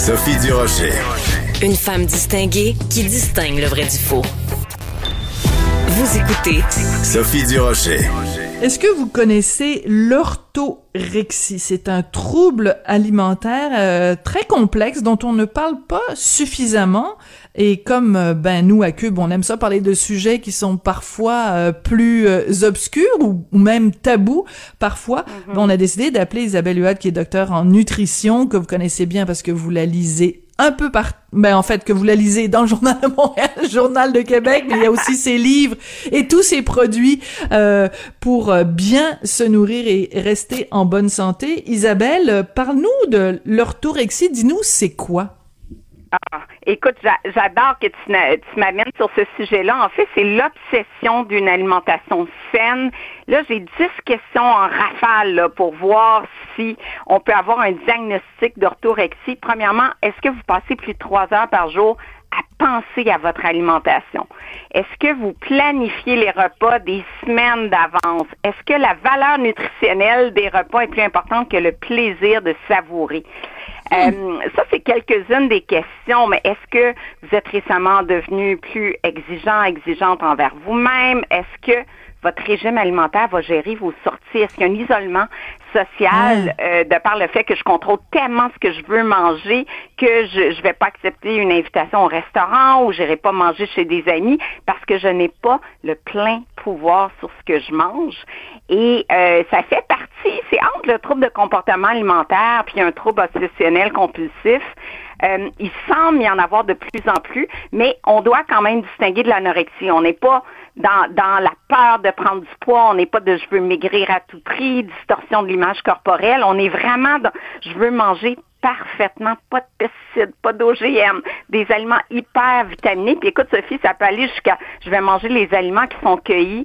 Sophie Durocher. Une femme distinguée qui distingue le vrai du faux. Vous écoutez Sophie Durocher. Est-ce que vous connaissez l'orthorexie? C'est un trouble alimentaire très complexe dont on ne parle pas suffisamment. Et comme nous à Cube, on aime ça parler de sujets qui sont parfois plus obscurs ou même tabous parfois. On a décidé d'appeler Isabelle Huot, qui est docteure en nutrition, que vous connaissez bien parce que vous la lisez un peu en fait, que vous la lisez dans le Journal de Montréal, le Journal de Québec, mais il y a aussi ses livres et tous ses produits pour bien se nourrir et rester en bonne santé. Isabelle, parle-nous de l'orthorexie. Dis-nous, c'est quoi? Écoute, j'adore que tu m'amènes sur ce sujet-là. En fait, c'est l'obsession d'une alimentation saine. Là, j'ai 10 questions en rafale là, pour voir si on peut avoir un diagnostic d'orthorexie. Premièrement, est-ce que vous passez plus de 3 heures par jour à penser à votre alimentation? Est-ce que vous planifiez les repas des semaines d'avance? Est-ce que la valeur nutritionnelle des repas est plus importante que le plaisir de savourer? Ça, c'est quelques-unes des questions, mais est-ce que vous êtes récemment devenu plus exigeante envers vous-même? Est-ce que votre régime alimentaire va gérer vos sorties? Est-ce qu'il y a un isolement social de par le fait que je contrôle tellement ce que je veux manger que je vais pas accepter une invitation au restaurant ou j'irai pas manger chez des amis parce que je n'ai pas le plein pouvoir sur ce que je mange? Et ça fait partie, c'est entre le trouble de comportement alimentaire puis un trouble obsessionnel compulsif. Il semble y en avoir de plus en plus, mais on doit quand même distinguer de l'anorexie. On n'est pas dans la peur de prendre du poids, on n'est pas de je veux maigrir à tout prix, distorsion de l'image corporelle, on est vraiment dans je veux manger parfaitement, pas de pesticides, pas d'OGM, des aliments hyper vitaminés. Puis écoute, Sophie, ça peut aller jusqu'à je vais manger les aliments qui sont cueillis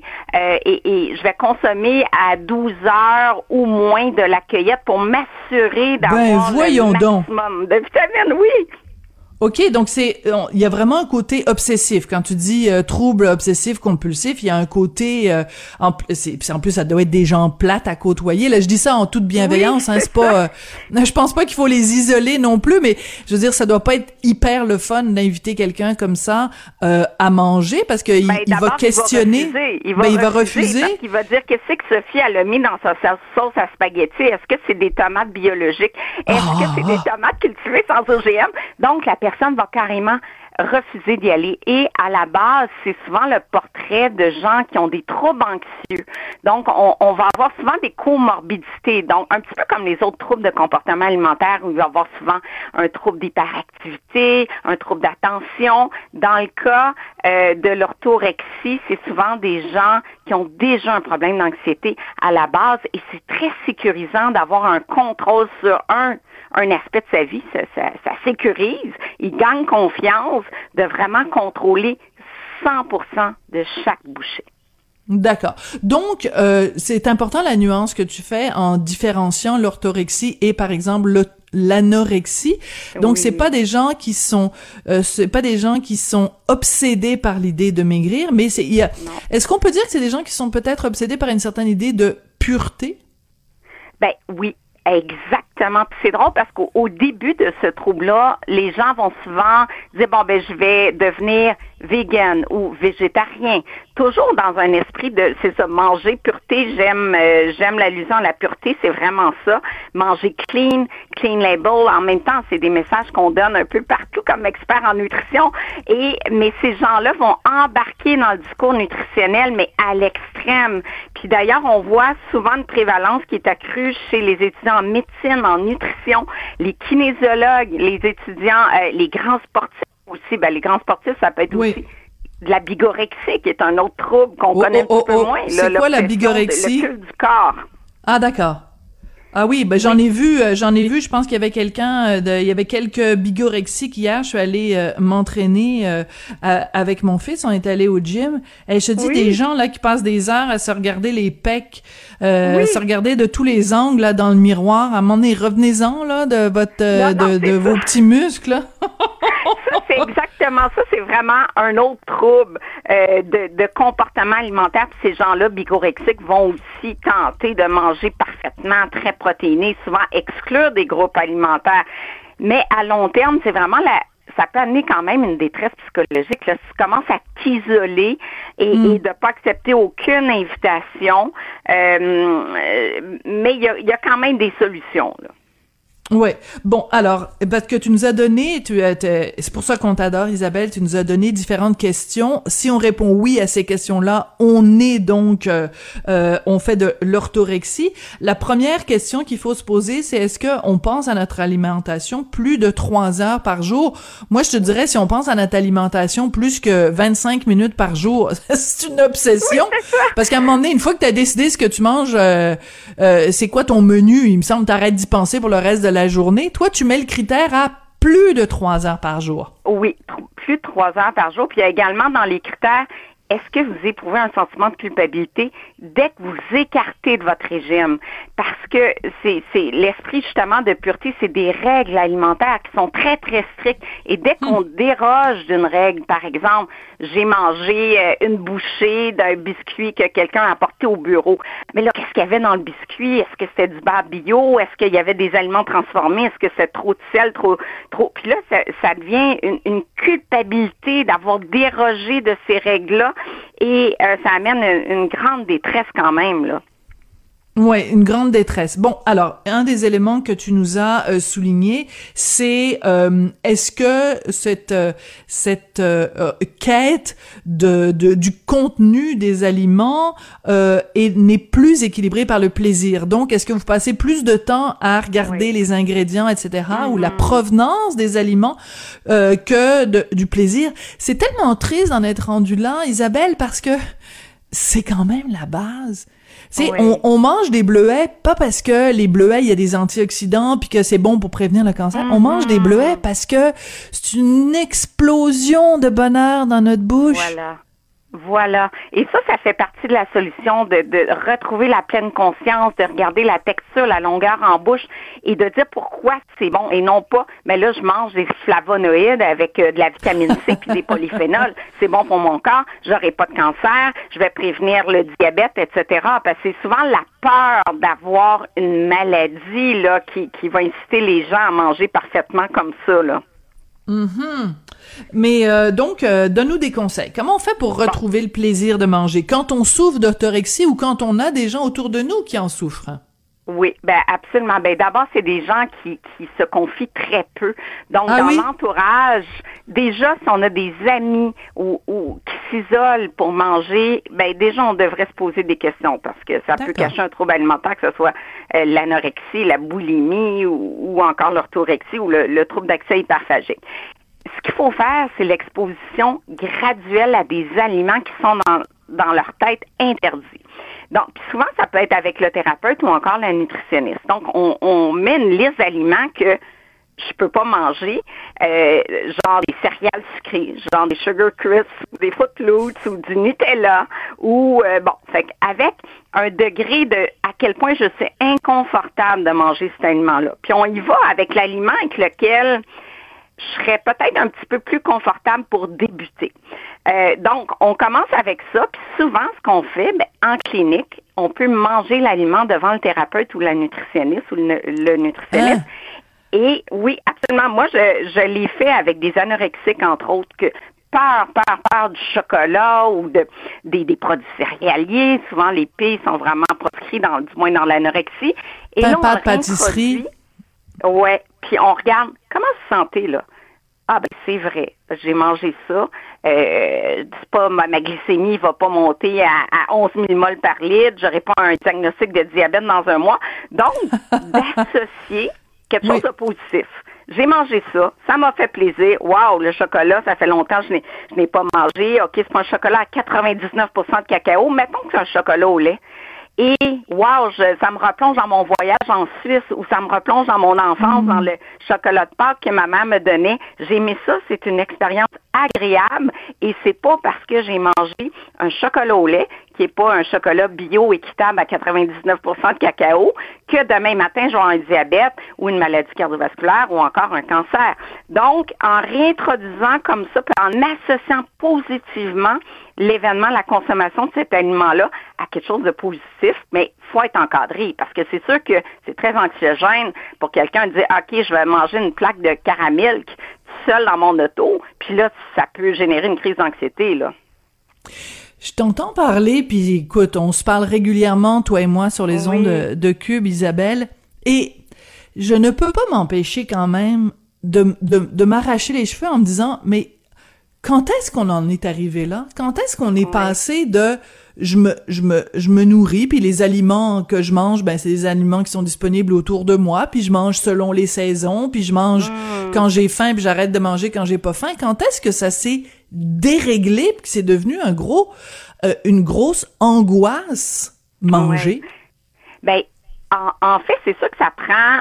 et je vais consommer à 12 heures ou moins de la cueillette pour m'assurer d'avoir le maximum de vitamines, oui. OK, donc il y a vraiment un côté obsessif. Quand tu dis trouble obsessif compulsif, il y a un côté en plus ça doit être des gens plates à côtoyer. Là, je dis ça en toute bienveillance, c'est pas je pense pas qu'il faut les isoler non plus, mais je veux dire ça doit pas être hyper le fun d'inviter quelqu'un comme ça à manger parce que il va questionner, il va refuser parce qu'il va dire qu'est-ce que Sophie elle a mis dans sa sauce à spaghetti? Est-ce que c'est des tomates biologiques? Est-ce que c'est des tomates cultivées sans OGM? Donc la personne va carrément refuser d'y aller. Et à la base, c'est souvent le portrait de gens qui ont des troubles anxieux. Donc, on va avoir souvent des comorbidités. Donc, un petit peu comme les autres troubles de comportement alimentaire où il va y avoir souvent un trouble d'hyperactivité, un trouble d'attention. Dans le cas de l'orthorexie, c'est souvent des gens qui ont déjà un problème d'anxiété à la base et c'est très sécurisant d'avoir un contrôle sur un aspect de sa vie, ça sécurise, il gagne confiance de vraiment contrôler 100% de chaque bouchée. D'accord. Donc, c'est important la nuance que tu fais en différenciant l'orthorexie et, par exemple, l'anorexie. Donc, c'est pas des gens qui sont obsédés par l'idée de maigrir, mais est-ce qu'on peut dire que c'est des gens qui sont peut-être obsédés par une certaine idée de pureté? Ben oui. Exactement. Puis c'est drôle parce qu'au début de ce trouble-là, les gens vont souvent dire je vais devenir vegan ou végétarien. Toujours dans un esprit de manger pureté. J'aime l'allusion à la pureté, c'est vraiment ça. Manger clean label. En même temps, c'est des messages qu'on donne un peu partout comme experts en nutrition. Mais ces gens-là vont embarquer dans le discours nutritionnel, mais à l'extrême. Puis d'ailleurs, on voit souvent une prévalence qui est accrue chez les étudiants en médecine, en nutrition, les kinésiologues, les étudiants, les grands sportifs aussi. Les grands sportifs, ça peut être aussi de la bigorexie, qui est un autre trouble qu'on connaît un petit peu moins. C'est quoi la bigorexie? Le culte du corps. Ah, d'accord. Ah oui, j'en ai vu, je pense qu'il y avait il y avait quelques bigorexiques hier, je suis allée m'entraîner avec mon fils, on est allé au gym, et je te dis des gens là qui passent des heures à se regarder les pecs, se regarder de tous les angles là dans le miroir, à un moment donné, revenez-en là de votre de vos petits muscles là. Ça, c'est exactement ça. C'est vraiment un autre trouble de comportement alimentaire. Puis ces gens-là, bigorexiques, vont aussi tenter de manger parfaitement, très protéiné, souvent exclure des groupes alimentaires. Mais à long terme, c'est vraiment ça peut amener quand même une détresse psychologique. Là. Si tu commences à t'isoler et de pas accepter aucune invitation, mais il y a quand même des solutions, là. Ouais. Bon, alors, parce que tu nous as donné, c'est pour ça qu'on t'adore, Isabelle, tu nous as donné différentes questions. Si on répond oui à ces questions-là, on est donc, on fait de l'orthorexie. La première question qu'il faut se poser, c'est est-ce que on pense à notre alimentation plus de 3 heures par jour? Moi, je te dirais, si on pense à notre alimentation plus que 25 minutes par jour, c'est une obsession. Oui, parce qu'à un moment donné, une fois que tu as décidé ce que tu manges, c'est quoi ton menu? Il me semble que t'arrêtes d'y penser pour le reste de la journée. Toi, tu mets le critère à plus de 3 heures par jour. Oui, plus de 3 heures par jour. Puis il y a également dans les critères, est-ce que vous éprouvez un sentiment de culpabilité dès que vous écartez de votre régime? Parce que c'est l'esprit justement de pureté, c'est des règles alimentaires qui sont très, très strictes. Et dès qu'on déroge d'une règle, par exemple, j'ai mangé une bouchée d'un biscuit que quelqu'un a apporté au bureau. Mais là, qu'est-ce qu'il y avait dans le biscuit? Est-ce que c'était du beurre bio? Est-ce qu'il y avait des aliments transformés? Est-ce que c'est trop de sel, trop? Puis là, ça devient une culpabilité d'avoir dérogé de ces règles-là. Et ça amène une grande détresse quand même, là. Ouais, une grande détresse. Bon, alors, un des éléments que tu nous as souligné, c'est est-ce que cette quête du contenu des aliments n'est plus équilibrée par le plaisir. Donc, est-ce que vous passez plus de temps à regarder les ingrédients, etc., ou la provenance des aliments que du plaisir? C'est tellement triste d'en être rendu là, Isabelle, parce que c'est quand même la base. Tu sais, on mange des bleuets pas parce que les bleuets, il y a des antioxydants puis que c'est bon pour prévenir le cancer. On mange des bleuets parce que c'est une explosion de bonheur dans notre bouche. Voilà. Et ça fait partie de la solution de retrouver la pleine conscience, de regarder la texture, la longueur en bouche et de dire pourquoi c'est bon et non pas, mais là, je mange des flavonoïdes avec de la vitamine C puis des polyphénols. C'est bon pour mon corps, j'aurai pas de cancer, je vais prévenir le diabète, etc. Parce que c'est souvent la peur d'avoir une maladie là qui va inciter les gens à manger parfaitement comme ça, là. Mais donc, donne-nous des conseils. Comment on fait pour retrouver le plaisir de manger quand on souffre d'orthorexie ou quand on a des gens autour de nous qui en souffrent? Oui, absolument. D'abord, c'est des gens qui se confient très peu. Donc, dans l'entourage, déjà, si on a des amis ou qui s'isolent pour manger, déjà, on devrait se poser des questions parce que ça peut cacher un trouble alimentaire, que ce soit l'anorexie, la boulimie ou encore l'orthorexie ou le trouble d'accès hyperphagique. Ce qu'il faut faire, c'est l'exposition graduelle à des aliments qui sont dans leur tête interdits. Donc, souvent, ça peut être avec le thérapeute ou encore la nutritionniste. Donc, on met une liste d'aliments que je peux pas manger, genre des céréales sucrées, genre des Sugar Crisps, des Fruit Loops ou du Nutella, ou fait avec un degré de à quel point je suis inconfortable de manger cet aliment-là. Puis on y va avec l'aliment avec lequel je serais peut-être un petit peu plus confortable pour débuter. Donc, on commence avec ça, puis souvent, ce qu'on fait, en clinique, on peut manger l'aliment devant le thérapeute ou la nutritionniste ou le nutritionniste. Et oui, absolument. Moi, je l'ai fait avec des anorexiques, entre autres, que peur du chocolat ou des produits céréaliers. Souvent, les pilles sont vraiment proscrits, du moins dans l'anorexie. Et là, pas de pâtisserie. Ouais. Puis on regarde, comment vous sentez, là? Ah, c'est vrai. J'ai mangé ça. C'est pas, ma glycémie va pas monter à 11 millimoles par litre. J'aurai pas un diagnostic de diabète dans un mois. Donc, d'associer quelque chose de positif. J'ai mangé ça. Ça m'a fait plaisir. Wow, le chocolat, ça fait longtemps que je n'ai pas mangé. OK, c'est pas un chocolat à 99% de cacao. Mettons que c'est un chocolat au lait. Et, wow, ça me replonge dans mon voyage en Suisse ou ça me replonge dans mon enfance, dans le chocolat de Pâques que ma mère me donnait. J'ai aimé ça, c'est une expérience agréable et c'est pas parce que j'ai mangé un chocolat au lait, qui est pas un chocolat bio équitable à 99% de cacao, que demain matin, je vais avoir un diabète ou une maladie cardiovasculaire ou encore un cancer. Donc, en réintroduisant comme ça, en associant positivement l'événement, la consommation de cet aliment-là à quelque chose de positif, mais il faut être encadré parce que c'est sûr que c'est très anxiogène pour quelqu'un de dire « OK, je vais manger une plaque de caramilk seul dans mon auto », puis là, ça peut générer une crise d'anxiété, là. Je t'entends parler, puis écoute, on se parle régulièrement, toi et moi, sur les ondes de Cube, Isabelle, et je ne peux pas m'empêcher quand même de m'arracher les cheveux en me disant, mais quand est-ce qu'on en est arrivé là? Quand est-ce qu'on est passé de je me nourris, puis les aliments que je mange, ben c'est des aliments qui sont disponibles autour de moi, puis je mange selon les saisons, puis je mange quand j'ai faim, puis j'arrête de manger quand j'ai pas faim. Quand est-ce que ça s'est déréglé, puis que c'est devenu une grosse angoisse manger? Ben en fait, c'est sûr que ça prend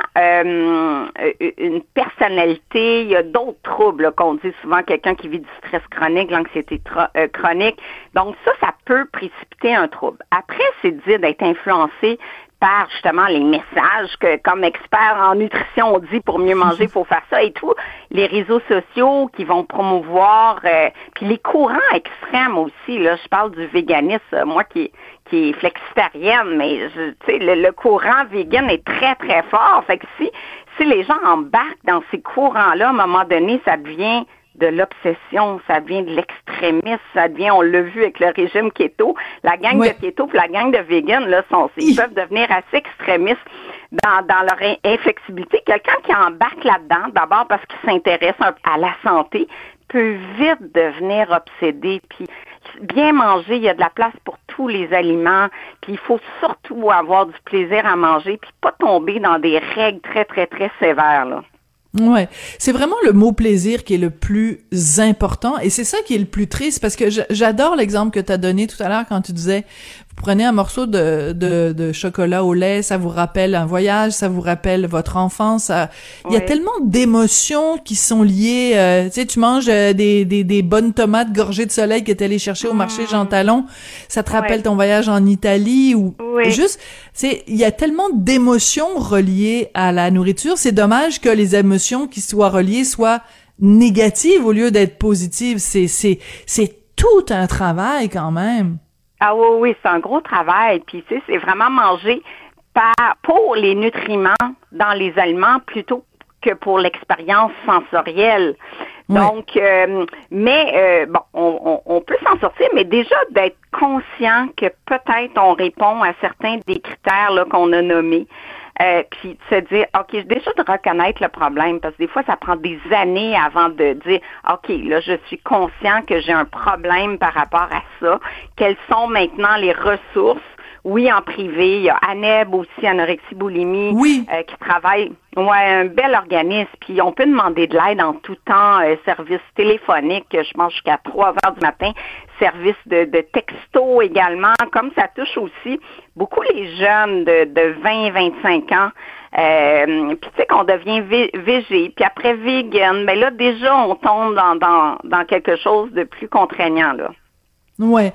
une personnalité. Il y a d'autres troubles là, qu'on dit souvent, quelqu'un qui vit du stress chronique, l'anxiété chronique. Donc ça peut précipiter un trouble. Après, c'est de dire d'être influencé par justement les messages que, comme expert en nutrition, on dit pour mieux manger, il faut faire ça et tout. Les réseaux sociaux qui vont promouvoir, puis les courants extrêmes aussi. Là, je parle du véganisme, moi qui est flexitarienne, mais tu sais, le courant vegan est très très fort. Fait que si les gens embarquent dans ces courants-là, à un moment donné, ça devient de l'obsession, ça devient de l'extrémisme, ça devient, on l'a vu avec le régime keto, la gang de keto et la gang de vegan, là, ils peuvent devenir assez extrémistes dans leur inflexibilité. Quelqu'un qui embarque là-dedans, d'abord parce qu'il s'intéresse à la santé, peut vite devenir obsédé. Puis bien manger, il y a de la place pour tous les aliments, puis il faut surtout avoir du plaisir à manger, puis pas tomber dans des règles très, très, très sévères, là. Ouais, c'est vraiment le mot plaisir qui est le plus important et c'est ça qui est le plus triste parce que j'adore l'exemple que tu as donné tout à l'heure quand tu disais vous prenez un morceau de chocolat au lait, ça vous rappelle un voyage, ça vous rappelle votre enfance, il y a tellement d'émotions qui sont liées, tu sais, tu manges des bonnes tomates gorgées de soleil que t'es allé chercher au marché Jean Talon, ça te rappelle ton voyage en Italie ou juste, c'est il y a tellement d'émotions reliées à la nourriture, c'est dommage que les émotions qui soient reliées soient négatives au lieu d'être positives, c'est tout un travail quand même. Ah oui, c'est un gros travail. Puis, tu sais, c'est vraiment manger pour les nutriments dans les aliments plutôt que pour l'expérience sensorielle. Donc, bon, on peut s'en sortir, mais déjà d'être conscient que peut-être on répond à certains des critères là, qu'on a nommés. Puis de se dire, OK, déjà de reconnaître le problème, parce que des fois, ça prend des années avant de dire, OK, là, je suis conscient que j'ai un problème par rapport à ça. Quelles sont maintenant les ressources? Oui, en privé, il y a ANEB aussi, Anorexie Boulimie, qui travaille, un bel organisme. Puis on peut demander de l'aide en tout temps, service téléphonique, je mange jusqu'à 3h du matin, service de texto également, comme ça touche aussi beaucoup les jeunes de 20-25 ans. Puis tu sais qu'on devient végé, puis après vegan, ben là déjà on tombe dans quelque chose de plus contraignant là. Ouais.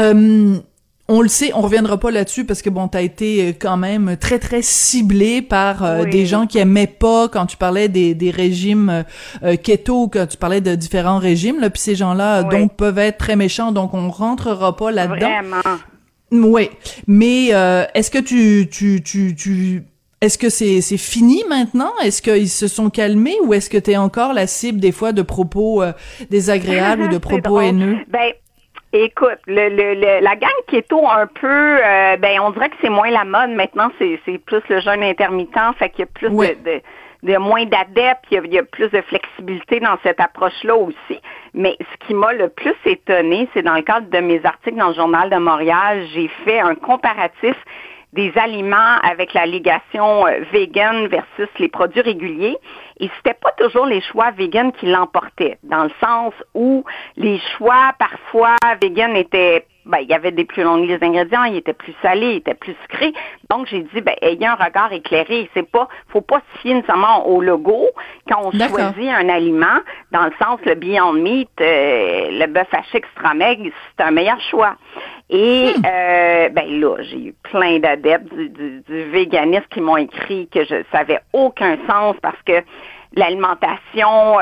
On le sait, on reviendra pas là-dessus parce que bon, t'as été quand même très très ciblé par des gens qui aimaient pas quand tu parlais des régimes keto, quand tu parlais de différents régimes là, puis ces gens-là donc peuvent être très méchants, donc on rentrera pas là-dedans. Vraiment. Oui, mais est-ce que est-ce que c'est fini maintenant? Est-ce qu'ils se sont calmés ou est-ce que t'es encore la cible des fois de propos désagréables ou de propos haineux? Ben, écoute, la gang keto un peu, on dirait que c'est moins la mode maintenant, c'est plus le jeûne intermittent, fait qu'il y a plus de moins d'adeptes, il y a plus de flexibilité dans cette approche-là aussi. Mais ce qui m'a le plus étonné, c'est dans le cadre de mes articles dans le Journal de Montréal, j'ai fait un comparatif des aliments avec la légation vegan versus les produits réguliers. Et c'était pas toujours les choix vegan qui l'emportaient, dans le sens où les choix, parfois, vegan étaient, il y avait des plus longues listes d'ingrédients, ils étaient plus salés, ils étaient plus sucrés. Donc, j'ai dit, ayez un regard éclairé. Faut pas se fier nécessairement au logo quand on choisit un aliment, dans le sens, le Beyond Meat, le bœuf haché extra maigre, c'est un meilleur choix. Et là, j'ai eu plein d'adeptes du véganisme qui m'ont écrit que ça avait aucun sens parce que l'alimentation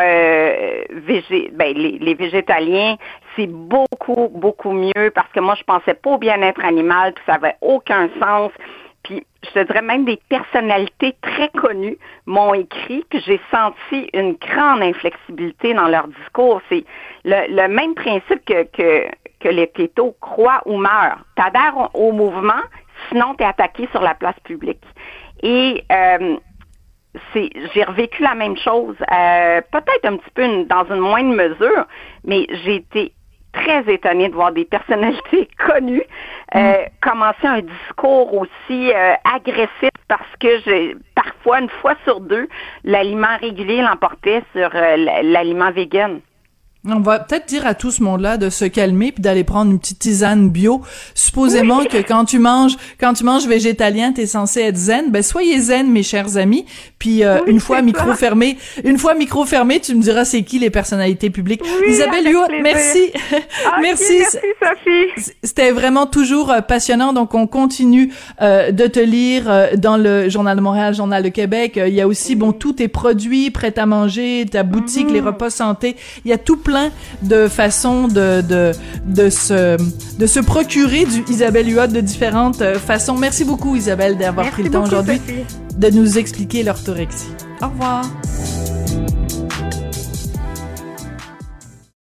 les végétaliens, c'est beaucoup, beaucoup mieux parce que moi, je pensais pas au bien-être animal, puis ça avait aucun sens. Puis, je te dirais même des personnalités très connues m'ont écrit, puis j'ai senti une grande inflexibilité dans leur discours. C'est le même principe que les kétos, croient ou meurent. T'adhères au mouvement, sinon t'es attaqué sur la place publique. Et j'ai revécu la même chose, peut-être un petit peu dans une moindre mesure, mais j'ai été très étonnée de voir des personnalités connues commencer un discours aussi agressif parce que parfois, une fois sur deux, l'aliment régulier l'emportait sur l'aliment vegan. On va peut-être dire à tout ce monde-là de se calmer puis d'aller prendre une petite tisane bio. Supposément que quand tu manges végétalien, t'es censé être zen. Ben, soyez zen, mes chers amis. Puis, une fois micro fermé, tu me diras c'est qui les personnalités publiques. Oui, Isabelle Huot, merci. Merci, Sophie. C'était vraiment toujours passionnant. Donc, on continue, de te lire, dans le Journal de Montréal, Journal de Québec. Il y a aussi, tous tes produits prêts à manger, ta boutique, les repas santé. Il y a tout plein de façons de se procurer du Isabelle Huot de différentes façons. Merci beaucoup, Isabelle, d'avoir pris le temps aujourd'hui de nous expliquer l'orthorexie. Au revoir.